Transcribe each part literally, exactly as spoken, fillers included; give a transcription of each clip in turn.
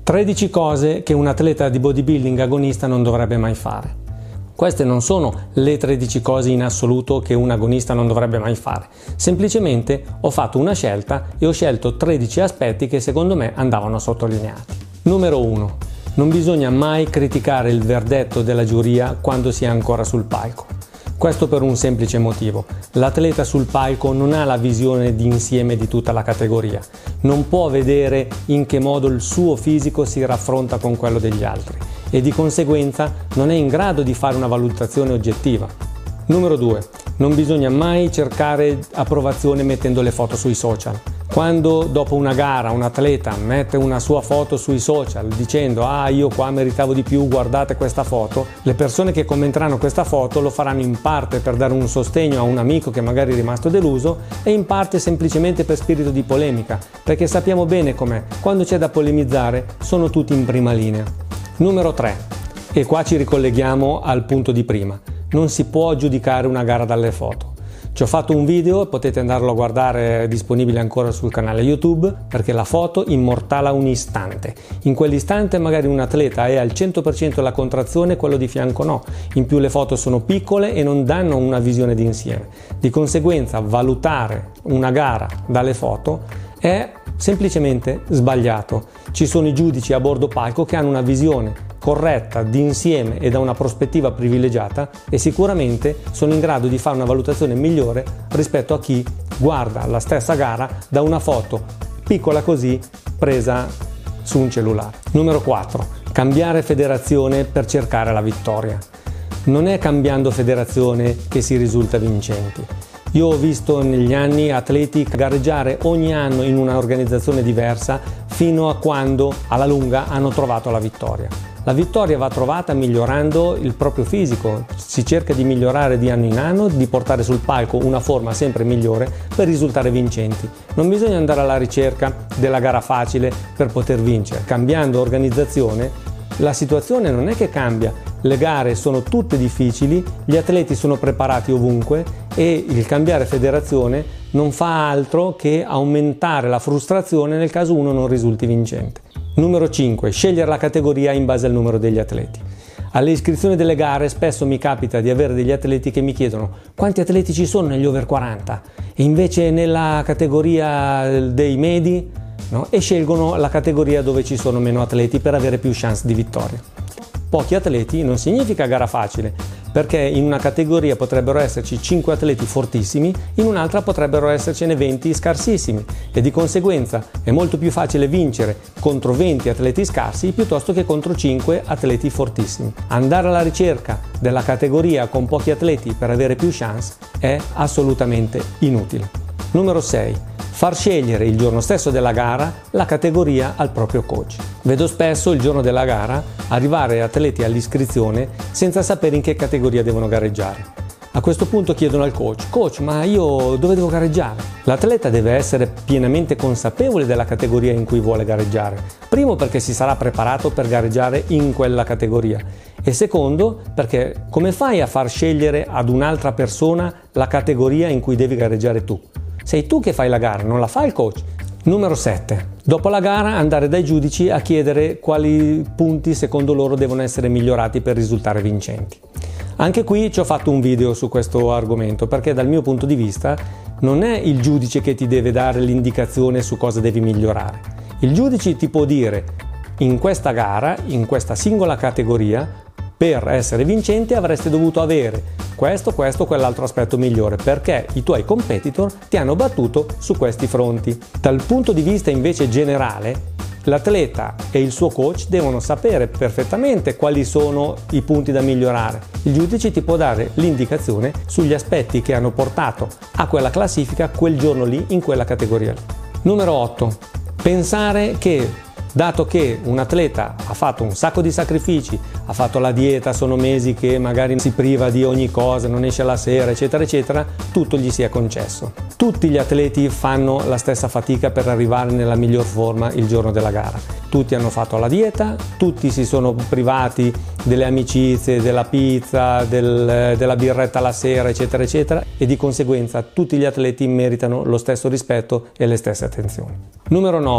tredici cose che un atleta di bodybuilding agonista non dovrebbe mai fare. Queste non sono le tredici cose in assoluto che un agonista non dovrebbe mai fare. Semplicemente ho fatto una scelta e ho scelto tredici aspetti che secondo me andavano sottolineati. Numero uno. Non bisogna mai criticare il verdetto della giuria quando si è ancora sul palco. Questo per un semplice motivo: l'atleta sul palco non ha la visione d'insieme di tutta la categoria, non può vedere in che modo il suo fisico si raffronta con quello degli altri e di conseguenza non è in grado di fare una valutazione oggettiva. Numero due. Non bisogna mai cercare approvazione mettendo le foto sui social. Quando dopo una gara un atleta mette una sua foto sui social dicendo ah io qua meritavo di più, guardate questa foto, le persone che commenteranno questa foto lo faranno in parte per dare un sostegno a un amico che magari è rimasto deluso e in parte semplicemente per spirito di polemica, perché sappiamo bene com'è, quando c'è da polemizzare sono tutti in prima linea. Numero tre. E qua ci ricolleghiamo al punto di prima. Non si può giudicare una gara dalle foto. Ci ho fatto un video, potete andarlo a guardare, è disponibile ancora sul canale YouTube, perché la foto immortala un istante. In quell'istante magari un atleta è al cento per cento la contrazione, quello di fianco no. In più le foto sono piccole e non danno una visione d'insieme. Di conseguenza valutare una gara dalle foto è semplicemente sbagliato. Ci sono i giudici a bordo palco che hanno una visione corretta, d'insieme e da una prospettiva privilegiata e sicuramente sono in grado di fare una valutazione migliore rispetto a chi guarda la stessa gara da una foto piccola così presa su un cellulare. Numero quattro. Cambiare federazione per cercare la vittoria. Non è cambiando federazione che si risulta vincenti. Io ho visto negli anni atleti gareggiare ogni anno in una organizzazione diversa fino a quando alla lunga hanno trovato la vittoria. La vittoria va trovata migliorando il proprio fisico, si cerca di migliorare di anno in anno, di portare sul palco una forma sempre migliore per risultare vincenti. Non bisogna andare alla ricerca della gara facile per poter vincere. Cambiando organizzazione, la situazione non è che cambia, le gare sono tutte difficili, gli atleti sono preparati ovunque e il cambiare federazione non fa altro che aumentare la frustrazione nel caso uno non risulti vincente. Numero cinque. Scegliere la categoria in base al numero degli atleti. Alle iscrizioni delle gare spesso mi capita di avere degli atleti che mi chiedono quanti atleti ci sono negli over quaranta e invece nella categoria dei medi, no? E scelgono la categoria dove ci sono meno atleti per avere più chance di vittoria. Pochi atleti non significa gara facile, perché in una categoria potrebbero esserci cinque atleti fortissimi, in un'altra potrebbero essercene venti scarsissimi e di conseguenza è molto più facile vincere contro venti atleti scarsi piuttosto che contro cinque atleti fortissimi. Andare alla ricerca della categoria con pochi atleti per avere più chance è assolutamente inutile. Numero sei. Far scegliere il giorno stesso della gara la categoria al proprio coach. Vedo spesso il giorno della gara arrivare atleti all'iscrizione senza sapere in che categoria devono gareggiare. A questo punto chiedono al coach: coach, ma io dove devo gareggiare? L'atleta deve essere pienamente consapevole della categoria in cui vuole gareggiare. Primo, perché si sarà preparato per gareggiare in quella categoria e secondo, perché come fai a far scegliere ad un'altra persona la categoria in cui devi gareggiare tu? Sei tu che fai la gara, non la fa il coach. Numero sette. Dopo la gara andare dai giudici a chiedere quali punti secondo loro devono essere migliorati per risultare vincenti. Anche qui ci ho fatto un video su questo argomento perché dal mio punto di vista non è il giudice che ti deve dare l'indicazione su cosa devi migliorare. Il giudice ti può dire in questa gara, in questa singola categoria, per essere vincente avresti dovuto avere questo, questo, quell'altro aspetto migliore, perché i tuoi competitor ti hanno battuto su questi fronti. Dal punto di vista invece generale, l'atleta e il suo coach devono sapere perfettamente quali sono i punti da migliorare. Il giudice ti può dare l'indicazione sugli aspetti che hanno portato a quella classifica quel giorno lì in quella categoria lì. Numero otto. Pensare che dato che un atleta ha fatto un sacco di sacrifici, ha fatto la dieta, sono mesi che magari si priva di ogni cosa, non esce la sera, eccetera, eccetera, tutto gli sia concesso. Tutti gli atleti fanno la stessa fatica per arrivare nella miglior forma il giorno della gara. Tutti hanno fatto la dieta, tutti si sono privati delle amicizie, della pizza, del, della birretta la sera, eccetera, eccetera, e di conseguenza tutti gli atleti meritano lo stesso rispetto e le stesse attenzioni. Numero nove.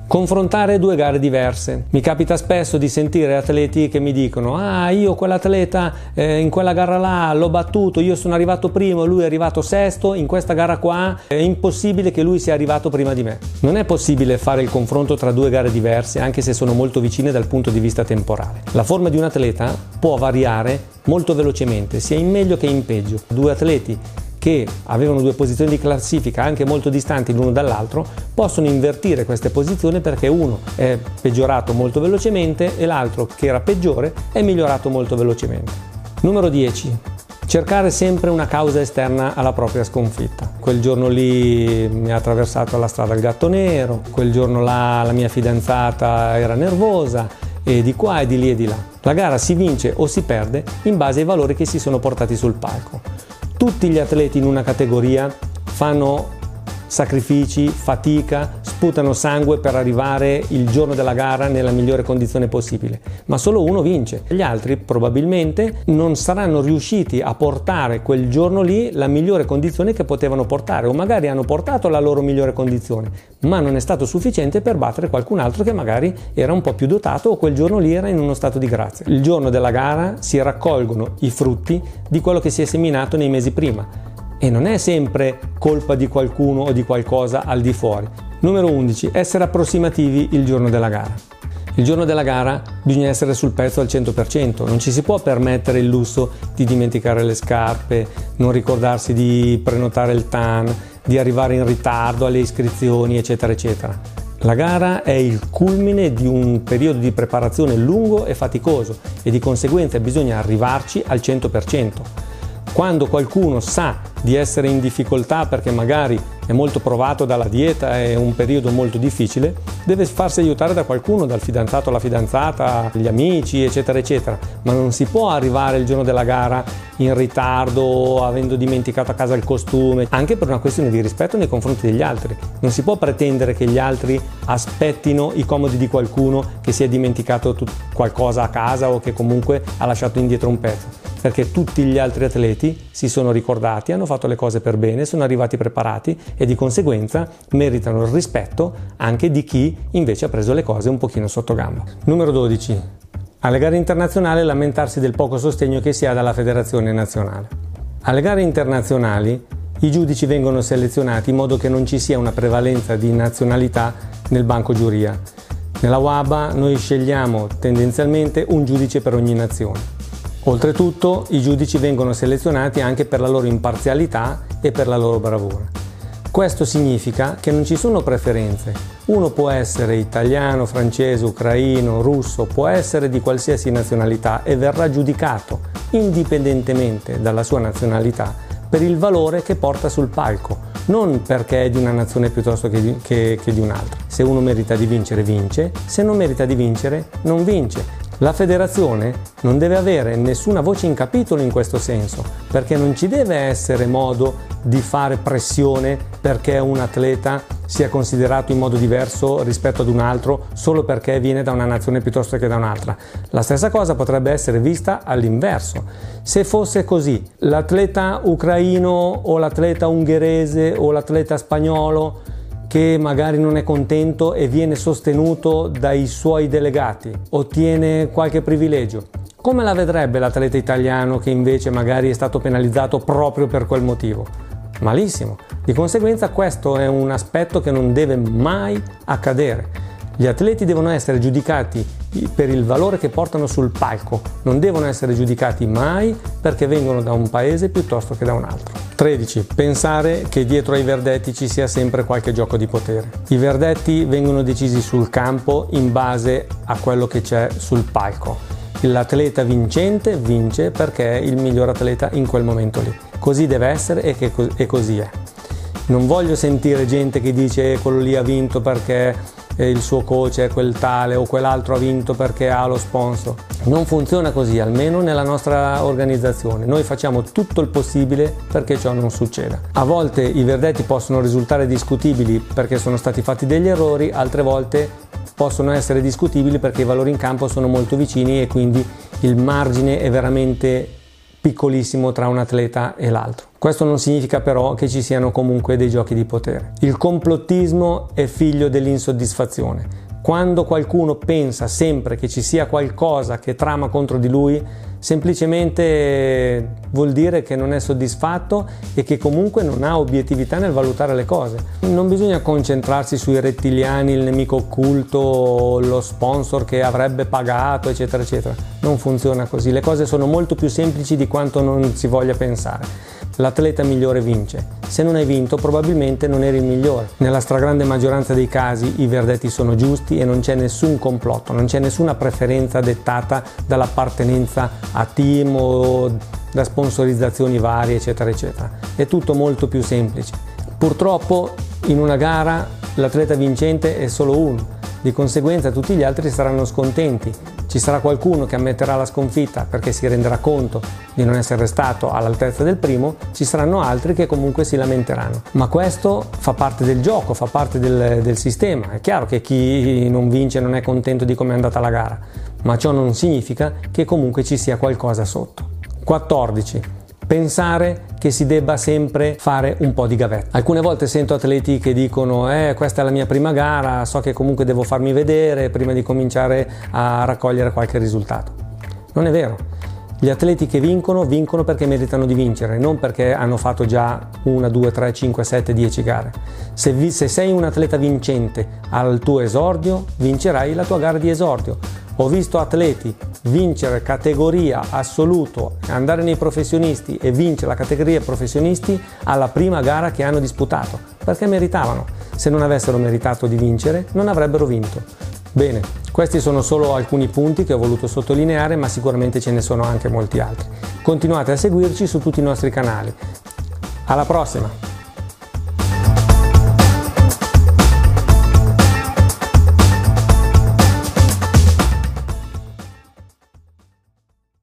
Confrontare due gare diverse. Mi capita spesso di sentire atleti che mi dicono: ah, io quell'atleta eh, in quella gara là l'ho battuto, io sono arrivato primo, lui è arrivato sesto, in questa gara qua è impossibile che lui sia arrivato prima di me. Non è possibile fare il confronto tra due gare diverse, anche se sono molto vicine dal punto di vista temporale. La forma di un atleta può variare molto velocemente, sia in meglio che in peggio. Due atleti che avevano due posizioni di classifica anche molto distanti l'uno dall'altro possono invertire queste posizioni perché uno è peggiorato molto velocemente e l'altro, che era peggiore, è migliorato molto velocemente. Numero dieci. Cercare sempre una causa esterna alla propria sconfitta. Quel giorno lì mi ha attraversato la strada il gatto nero, quel giorno là la mia fidanzata era nervosa, e di qua e di lì e di là. La gara si vince o si perde in base ai valori che si sono portati sul palco. Tutti gli atleti in una categoria fanno sacrifici, fatica, sputano sangue per arrivare il giorno della gara nella migliore condizione possibile, ma solo uno vince. Gli altri probabilmente non saranno riusciti a portare quel giorno lì la migliore condizione che potevano portare, o magari hanno portato la loro migliore condizione, ma non è stato sufficiente per battere qualcun altro che magari era un po' più dotato o quel giorno lì era in uno stato di grazia. Il giorno della gara si raccolgono i frutti di quello che si è seminato nei mesi prima. E non è sempre colpa di qualcuno o di qualcosa al di fuori. Numero undici. Essere approssimativi il giorno della gara. Il giorno della gara bisogna essere sul pezzo al cento per cento, non ci si può permettere il lusso di dimenticare le scarpe, non ricordarsi di prenotare il T A N, di arrivare in ritardo alle iscrizioni, eccetera, eccetera. La gara è il culmine di un periodo di preparazione lungo e faticoso e di conseguenza bisogna arrivarci al cento per cento. Quando qualcuno sa di essere in difficoltà perché magari è molto provato dalla dieta, è un periodo molto difficile, deve farsi aiutare da qualcuno, dal fidanzato alla fidanzata, gli amici, eccetera, eccetera. Ma non si può arrivare il giorno della gara in ritardo, avendo dimenticato a casa il costume, anche per una questione di rispetto nei confronti degli altri. Non si può pretendere che gli altri aspettino i comodi di qualcuno che si è dimenticato qualcosa a casa o che comunque ha lasciato indietro un pezzo. Perché tutti gli altri atleti si sono ricordati, hanno fatto le cose per bene, sono arrivati preparati e di conseguenza meritano il rispetto anche di chi invece ha preso le cose un pochino sotto gamba. Numero dodici. Alle gare internazionali lamentarsi del poco sostegno che si ha dalla federazione nazionale. Alle gare internazionali i giudici vengono selezionati in modo che non ci sia una prevalenza di nazionalità nel banco giuria. Nella U A B A noi scegliamo tendenzialmente un giudice per ogni nazione. Oltretutto i giudici vengono selezionati anche per la loro imparzialità e per la loro bravura. Questo significa che non ci sono preferenze. Uno può essere italiano, francese, ucraino, russo, può essere di qualsiasi nazionalità e verrà giudicato indipendentemente dalla sua nazionalità per il valore che porta sul palco, non perché è di una nazione piuttosto che di, che, che di un'altra. Se uno merita di vincere, vince, se non merita di vincere, non vince. La federazione non deve avere nessuna voce in capitolo in questo senso, perché non ci deve essere modo di fare pressione perché un atleta sia considerato in modo diverso rispetto ad un altro solo perché viene da una nazione piuttosto che da un'altra. La stessa cosa potrebbe essere vista all'inverso. Se fosse così, l'atleta ucraino o l'atleta ungherese o l'atleta spagnolo che magari non è contento e viene sostenuto dai suoi delegati, ottiene qualche privilegio. Come la vedrebbe l'atleta italiano che invece magari è stato penalizzato proprio per quel motivo? Malissimo. Di conseguenza questo è un aspetto che non deve mai accadere. Gli atleti devono essere giudicati per il valore che portano sul palco, non devono essere giudicati mai perché vengono da un paese piuttosto che da un altro. tredici. Pensare che dietro ai verdetti ci sia sempre qualche gioco di potere. I verdetti vengono decisi sul campo in base a quello che c'è sul palco. L'atleta vincente vince perché è il miglior atleta in quel momento lì. Così deve essere e, che, e così è. Non voglio sentire gente che dice quello lì ha vinto perché il suo coach è quel tale o quell'altro ha vinto perché ha lo sponsor. Non funziona così, almeno nella nostra organizzazione. Noi facciamo tutto il possibile perché ciò non succeda. A volte i verdetti possono risultare discutibili perché sono stati fatti degli errori, altre volte possono essere discutibili perché i valori in campo sono molto vicini e quindi il margine è veramente piccolissimo tra un atleta e l'altro. Questo non significa però che ci siano comunque dei giochi di potere. Il complottismo è figlio dell'insoddisfazione. Quando qualcuno pensa sempre che ci sia qualcosa che trama contro di lui, semplicemente vuol dire che non è soddisfatto e che comunque non ha obiettività nel valutare le cose. Non bisogna concentrarsi sui rettiliani, il nemico occulto, lo sponsor che avrebbe pagato, eccetera, eccetera. Non funziona così. Le cose sono molto più semplici di quanto non si voglia pensare. L'atleta migliore vince. Se non hai vinto, probabilmente non eri il migliore. Nella stragrande maggioranza dei casi i verdetti sono giusti e non c'è nessun complotto, non c'è nessuna preferenza dettata dall'appartenenza a team o da sponsorizzazioni varie, eccetera, eccetera. È tutto molto più semplice. Purtroppo in una gara l'atleta vincente è solo uno, di conseguenza tutti gli altri saranno scontenti. Ci sarà qualcuno che ammetterà la sconfitta perché si renderà conto di non essere stato all'altezza del primo, ci saranno altri che comunque si lamenteranno. Ma questo fa parte del gioco, fa parte del, del sistema. È chiaro che chi non vince non è contento di come è andata la gara, ma ciò non significa che comunque ci sia qualcosa sotto. quattordici. Pensare che si debba sempre fare un po' di gavetta. Alcune volte sento atleti che dicono eh questa è la mia prima gara, so che comunque devo farmi vedere prima di cominciare a raccogliere qualche risultato. Non è vero. Gli atleti che vincono, vincono perché meritano di vincere, non perché hanno fatto già una, due, tre, cinque, sette, dieci gare. Se, vi, se sei un atleta vincente al tuo esordio, vincerai la tua gara di esordio. Ho visto atleti vincere categoria assoluto, andare nei professionisti e vincere la categoria professionisti alla prima gara che hanno disputato, perché meritavano. Se non avessero meritato di vincere, non avrebbero vinto. Bene, questi sono solo alcuni punti che ho voluto sottolineare, ma sicuramente ce ne sono anche molti altri. Continuate a seguirci su tutti i nostri canali. Alla prossima!